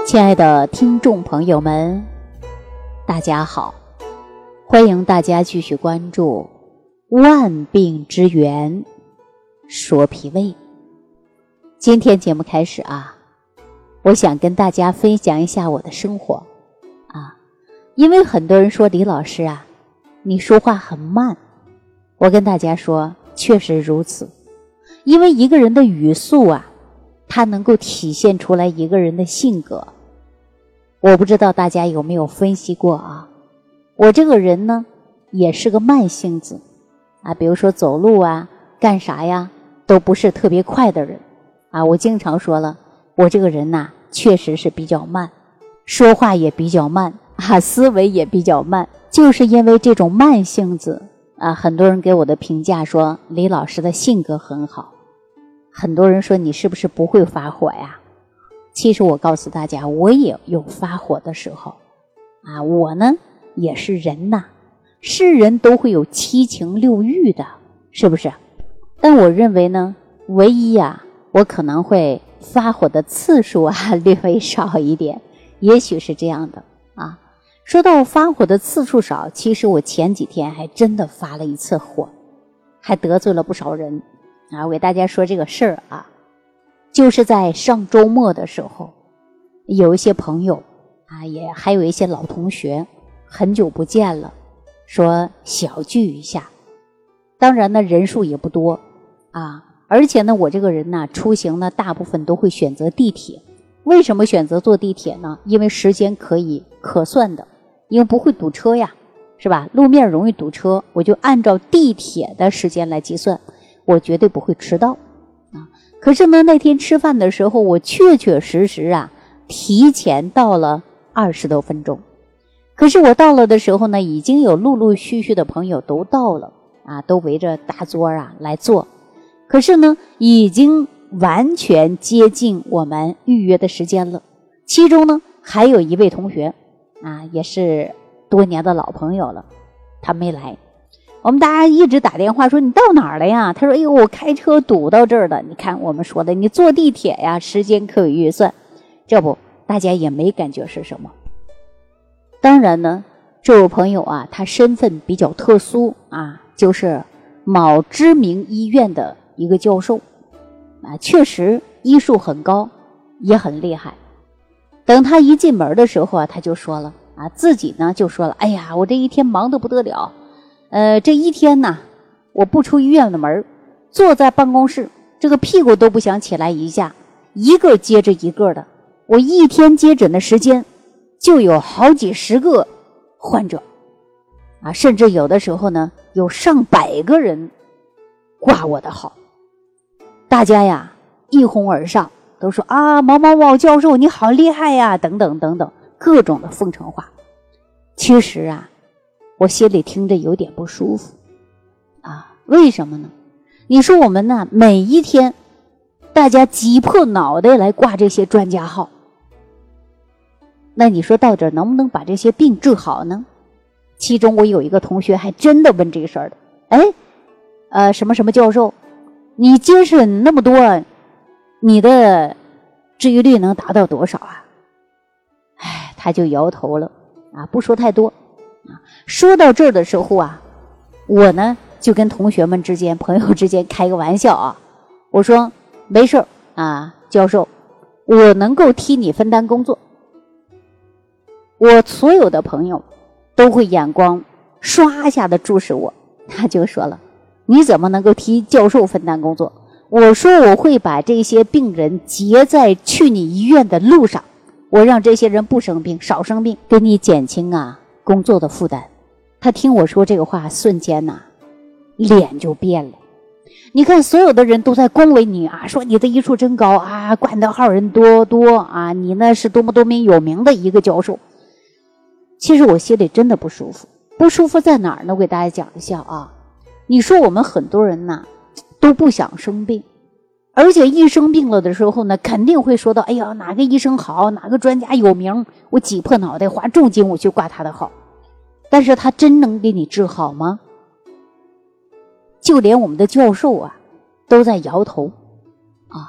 亲爱的听众朋友们，大家好，欢迎大家继续关注万病之源说脾胃。今天节目开始我想跟大家分享一下我的生活因为很多人说李老师你说话很慢，我跟大家说确实如此，因为一个人的语速它能够体现出来一个人的性格。我不知道大家有没有分析过我这个人呢也是个慢性子比如说走路干啥都不是特别快的人我经常说了，我这个人确实是比较慢，说话也比较慢思维也比较慢，就是因为这种慢性子很多人给我的评价说李老师的性格很好，很多人说你是不是不会发火其实我告诉大家，我也有发火的时候我呢也是人是人都会有七情六欲的，是不是？但我认为呢，唯一我可能会发火的次数略微少一点，也许是这样的说到发火的次数少，其实我前几天还真的发了一次火，还得罪了不少人我给大家说这个事儿就是在上周末的时候，有一些朋友也还有一些老同学很久不见了，说小聚一下。当然呢人数也不多而且呢我这个人出行呢大部分都会选择地铁。为什么选择坐地铁呢？因为时间可算的，因为不会堵车是吧？路面容易堵车，我就按照地铁的时间来计算，我绝对不会迟到可是呢那天吃饭的时候，我确确实实提前到了20多分钟。可是我到了的时候呢，已经有陆陆续续的朋友都到了都围着大桌来坐。可是呢已经完全接近我们预约的时间了。其中呢还有一位同学也是多年的老朋友了，他没来。我们大家一直打电话说你到哪儿了呀？他说哎呦我开车堵到这儿了。你看我们说的你坐地铁时间可以预算，这不大家也没感觉是什么。当然呢这位朋友他身份比较特殊就是某知名医院的一个教授确实医术很高也很厉害。等他一进门的时候他就说了自己呢就说了，哎呀我这一天忙得不得了，这一天我不出医院的门，坐在办公室这个屁股都不想起来一下，一个接着一个的，我一天接诊的时间就有好几十个患者甚至有的时候呢有上百个人挂我的号。大家一哄而上，都说某某某教授你好厉害等等等等，各种的奉承话。其实我心里听着有点不舒服为什么呢？你说我们每一天大家挤破脑袋来挂这些专家号，那你说到底能不能把这些病治好呢？其中我有一个同学还真的问这个事儿的，什么什么教授，你接诊那么多，你的治愈率能达到多少他就摇头了不说太多说到这儿的时候我呢就跟同学们之间朋友之间开个玩笑我说没事教授，我能够替你分担工作。我所有的朋友都会眼光刷一下的注视我，他就说了，你怎么能够替教授分担工作？我说我会把这些病人截在去你医院的路上，我让这些人不生病少生病，给你减轻工作的负担。他听我说这个话，瞬间脸就变了。你看所有的人都在恭维你说你的医术真高挂你的号人多你呢是多么多么有名的一个教授。其实我心里真的不舒服。不舒服在哪儿呢？我给大家讲一下你说我们很多人都不想生病，而且一生病了的时候呢，肯定会说到哎呀哪个医生好，哪个专家有名，我挤破脑袋花重金我去挂他的号。但是他真能给你治好吗？就连我们的教授都在摇头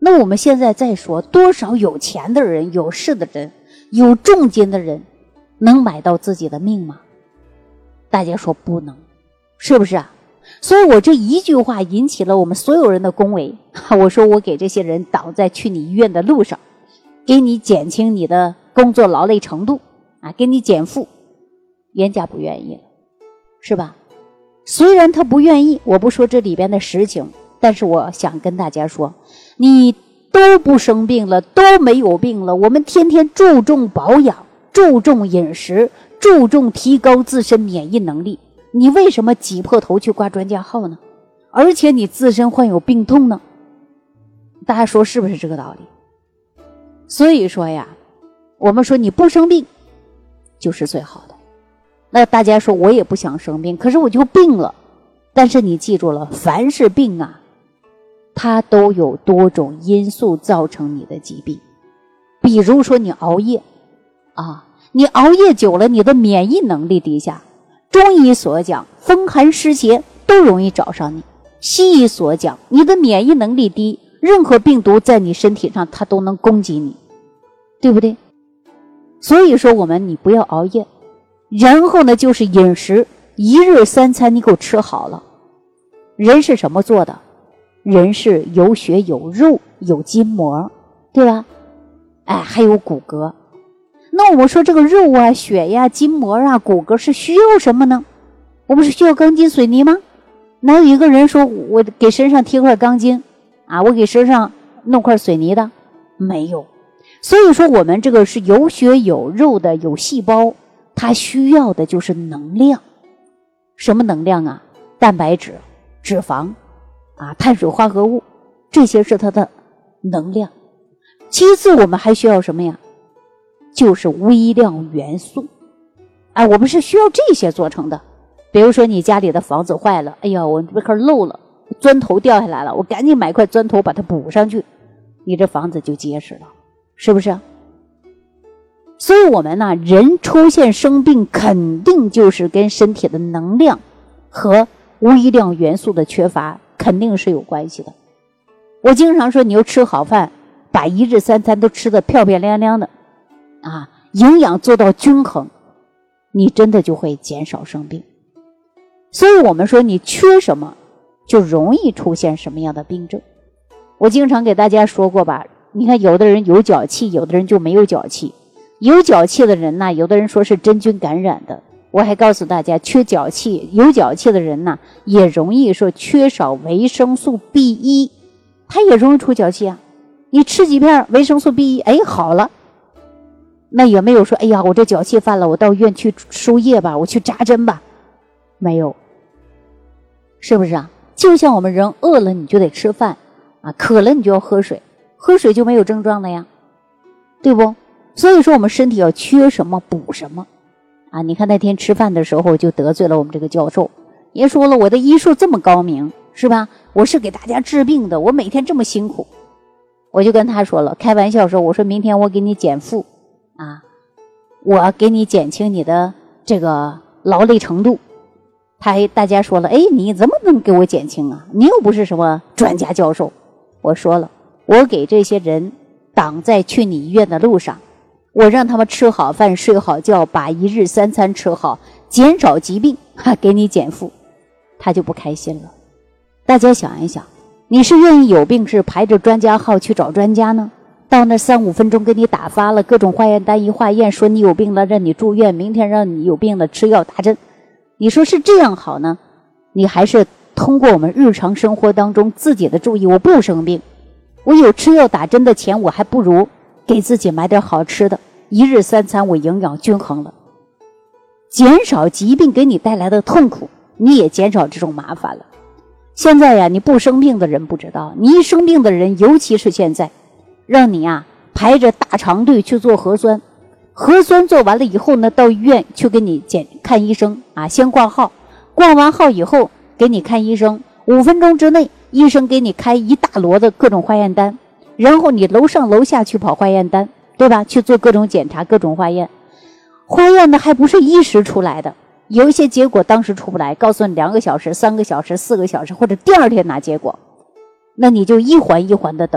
那我们现在再说，多少有钱的人、有势的人、有重金的人能买到自己的命吗？大家说不能，是不是啊？所以我这一句话引起了我们所有人的恭维。我说我给这些人挡在去你医院的路上，给你减轻你的工作劳累程度啊，给你减负，人家不愿意了，是吧？虽然他不愿意，我不说这里边的实情，但是我想跟大家说，你都不生病了，都没有病了，我们天天注重保养，注重饮食，注重提高自身免疫能力，你为什么挤破头去挂专家号呢？而且你自身患有病痛呢？大家说是不是这个道理？所以说呀，我们说你不生病就是最好的。那大家说我也不想生病，可是我就病了。但是你记住了，凡是病啊，它都有多种因素造成你的疾病。比如说你熬夜啊，你熬夜久了，你的免疫能力低下。中医所讲，风寒湿邪都容易找上你。西医所讲，你的免疫能力低，任何病毒在你身体上它都能攻击你，对不对？所以说你不要熬夜，然后呢就是饮食，一日三餐你给我吃好了。人是什么做的？人是有血有肉有筋膜，对吧？还有骨骼。那我们说这个肉啊、血呀、筋膜啊、骨骼是需要什么呢？我们是需要钢筋水泥吗？哪有一个人说我给身上贴块钢筋啊，我给身上弄块水泥的？没有。所以说我们这个是有血有肉的，有细胞，它需要的就是能量。什么能量啊？蛋白质、脂肪啊、碳水化合物，这些是它的能量。其次我们还需要什么呀？就是微量元素。我们是需要这些做成的。比如说你家里的房子坏了，哎呀，我这块漏了，砖头掉下来了，我赶紧买块砖头把它补上去，你这房子就结实了，是不是？所以我们呢，人出现生病肯定就是跟身体的能量和微量元素的缺乏肯定是有关系的。我经常说，你要吃好饭，把一日三餐都吃得漂漂亮亮的啊，营养做到均衡，你真的就会减少生病。所以我们说你缺什么就容易出现什么样的病症。我经常给大家说过吧，你看有的人有脚气，有的人就没有脚气。有脚气的人呢，有的人说是真菌感染的。我还告诉大家，缺脚气有脚气的人呢，也容易说缺少维生素 B1， 他也容易出脚气啊。你吃几片维生素 B1， 好了。那也没有说，哎呀，我这脚气犯了，我到医院去输液吧，我去扎针吧，没有，是不是啊？就像我们人饿了你就得吃饭啊，渴了你就要喝水，喝水就没有症状了呀，对不？所以说我们身体要缺什么补什么啊！你看那天吃饭的时候就得罪了我们这个教授，也说了我的医术这么高明，是吧？我是给大家治病的，我每天这么辛苦，我就跟他说了，开玩笑说，我说明天我给你减负啊，我给你减轻你的这个劳累程度。大家说了，你怎么能给我减轻啊？你又不是什么专家教授。我说了，我给这些人挡在去你医院的路上，我让他们吃好饭睡好觉，把一日三餐吃好，减少疾病，给你减负，他就不开心了。大家想一想，你是愿意有病是排着专家号去找专家呢，到那3-5分钟给你打发了各种化验单，一化验说你有病了，让你住院，明天让你有病了吃药打针，你说是这样好呢，你还是通过我们日常生活当中自己的注意，我不生病，我有吃药打针的钱，我还不如给自己买点好吃的，一日三餐我营养均衡了，减少疾病给你带来的痛苦，你也减少这种麻烦了。现在呀，你不生病的人不知道，你一生病的人，尤其是现在让你排着大长队去做核酸，核酸做完了以后呢，到医院去给你看医生先挂号，挂完号以后给你看医生，5分钟之内医生给你开一大摞的各种化验单，然后你楼上楼下去跑化验单，对吧？去做各种检查各种化验，化验呢还不是一时出来的，有一些结果当时出不来，告诉你2个小时、3个小时、4个小时，或者第二天拿结果，那你就一环一环的等。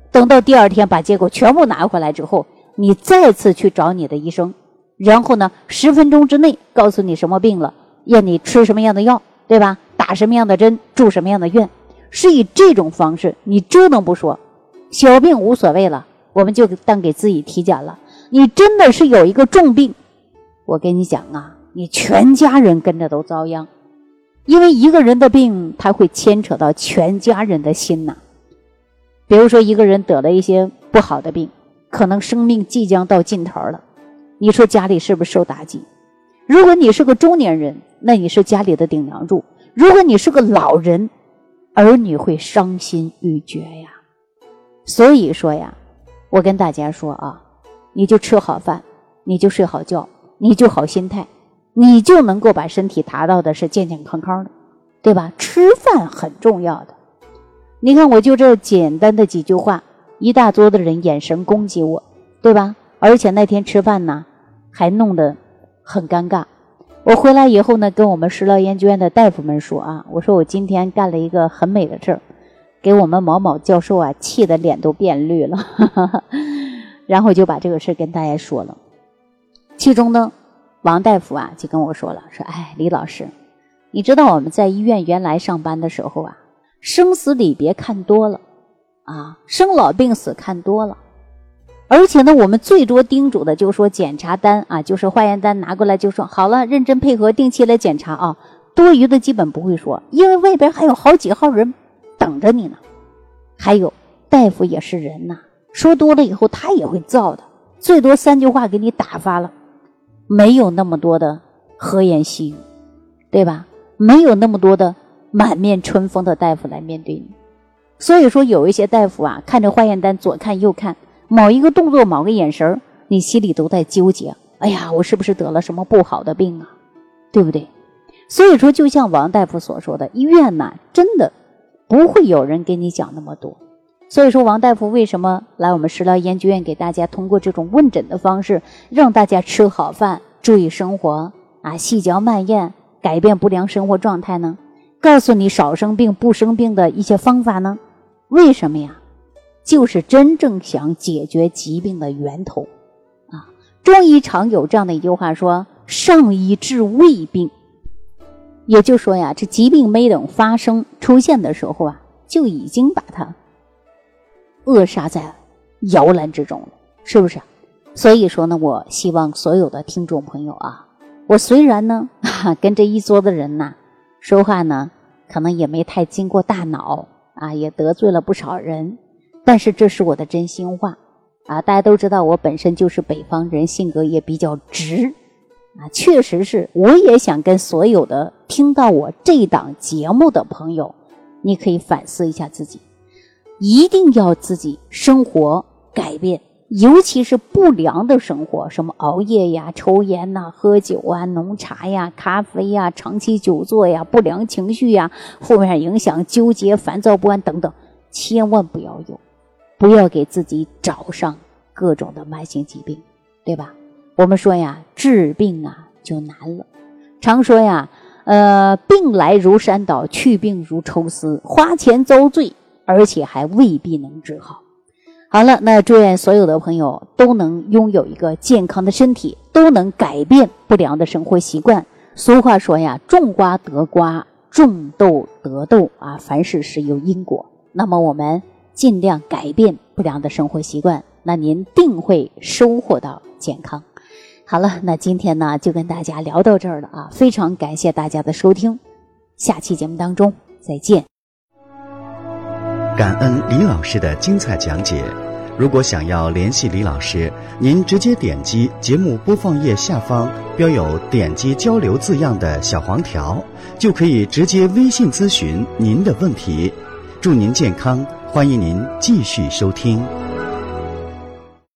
等到第二天把结果全部拿回来之后，你再次去找你的医生，然后呢10分钟之内告诉你什么病了，让你吃什么样的药，对吧？打什么样的针，住什么样的院，是以这种方式，你折腾不说，小病无所谓了，我们就当给自己体检了。你真的是有一个重病，我跟你讲啊，你全家人跟着都遭殃，因为一个人的病，它会牵扯到全家人的心呐。比如说一个人得了一些不好的病，可能生命即将到尽头了，你说家里是不是受打击？如果你是个中年人，那你是家里的顶梁柱；如果你是个老人，儿女会伤心欲绝呀。所以说呀，我跟大家说啊，你就吃好饭，你就睡好觉，你就好心态，你就能够把身体达到的是健健康康的，对吧？吃饭很重要的。你看我就这简单的几句话，一大桌的人眼神攻击我，对吧？而且那天吃饭呢还弄得很尴尬。我回来以后呢，跟我们食疗研究院的大夫们说啊，我说我今天干了一个很美的事儿，给我们某某教授啊气得脸都变绿了然后就把这个事跟大家说了。其中呢，王大夫啊就跟我说了，说李老师，你知道我们在医院原来上班的时候啊，生死离别看多了啊，生老病死看多了，而且呢我们最多叮嘱的就说检查单啊，就是化验单拿过来就说好了，认真配合，定期来检查啊，多余的基本不会说，因为外边还有好几号人等着你呢。还有大夫也是人呐，说多了以后他也会燥的，最多3句话给你打发了，没有那么多的和颜细语，对吧？没有那么多的满面春风的大夫来面对你。所以说有一些大夫啊，看着化验单左看右看，某一个动作某个眼神，你心里都在纠结，哎呀，我是不是得了什么不好的病啊，对不对？所以说就像王大夫所说的，医院呢真的不会有人给你讲那么多。所以说王大夫为什么来我们食疗研究院，给大家通过这种问诊的方式，让大家吃好饭，注意生活啊，细嚼慢咽，改变不良生活状态呢？告诉你少生病不生病的一些方法呢？为什么呀？就是真正想解决疾病的源头啊。中医常有这样的一句话说，上医治未病，也就是说呀，这疾病没等发生出现的时候啊，就已经把它扼杀在摇篮之中了，是不是？所以说呢，我希望所有的听众朋友啊，我虽然呢跟这一桌的人呢说话呢可能也没太经过大脑啊，也得罪了不少人，但是这是我的真心话啊。大家都知道我本身就是北方人，性格也比较直啊，确实是我也想跟所有的听到我这档节目的朋友，你可以反思一下自己，一定要自己生活改变，尤其是不良的生活，什么熬夜呀、抽烟呐、喝酒啊、浓茶呀、咖啡呀、长期久坐呀、不良情绪呀、负面影响、纠结、烦躁不安等等，千万不要有，不要给自己找上各种的慢性疾病，对吧？我们说呀，治病啊就难了。常说呀，病来如山倒，去病如抽丝，花钱遭罪，而且还未必能治好。好了，那祝愿所有的朋友都能拥有一个健康的身体，都能改变不良的生活习惯。俗话说呀，种瓜得瓜，种豆得豆啊，凡事是有因果。那么我们尽量改变不良的生活习惯，那您定会收获到健康。好了，那今天呢就跟大家聊到这儿了啊，非常感谢大家的收听，下期节目当中再见。 感恩李老师的精彩讲解。如果想要联系李老师，您直接点击节目播放页下方标有点击交流字样的小黄条，就可以直接微信咨询您的问题。祝您健康，欢迎您继续收听。